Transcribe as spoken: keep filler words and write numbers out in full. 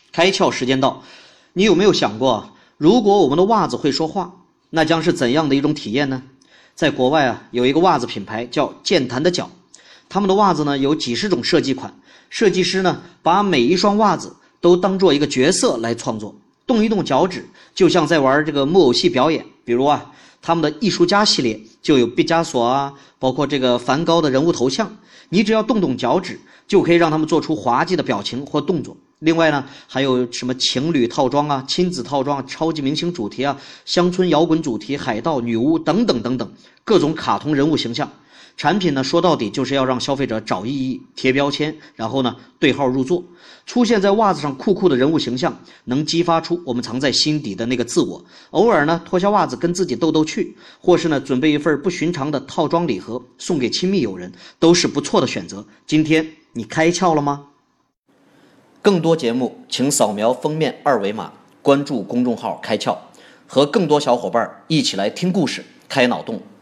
开窍时间到，你有没有想过，如果我们的袜子会说话，那将是怎样的一种体验呢？在国外啊，有一个袜子品牌叫健谈的脚，他们的袜子呢有几十种设计款，设计师呢把每一双袜子都当做一个角色来创作，动一动脚趾，就像在玩这个木偶戏表演。比如啊，他们的艺术家系列就有毕加索啊，包括这个梵高的人物头像，你只要动动脚趾，就可以让他们做出滑稽的表情或动作。另外呢，还有什么情侣套装啊、亲子套装、超级明星主题啊、乡村摇滚主题、海盗、女巫等等等等，各种卡通人物形象。产品呢，说到底就是要让消费者找意义、贴标签，然后呢对号入座。出现在袜子上酷酷的人物形象，能激发出我们藏在心底的那个自我。偶尔呢脱下袜子跟自己斗斗趣，或是呢准备一份不寻常的套装礼盒送给亲密友人，都是不错的选择。今天你开窍了吗？更多节目请扫描封面二维码，关注公众号开窍，和更多小伙伴一起来听故事、开脑洞。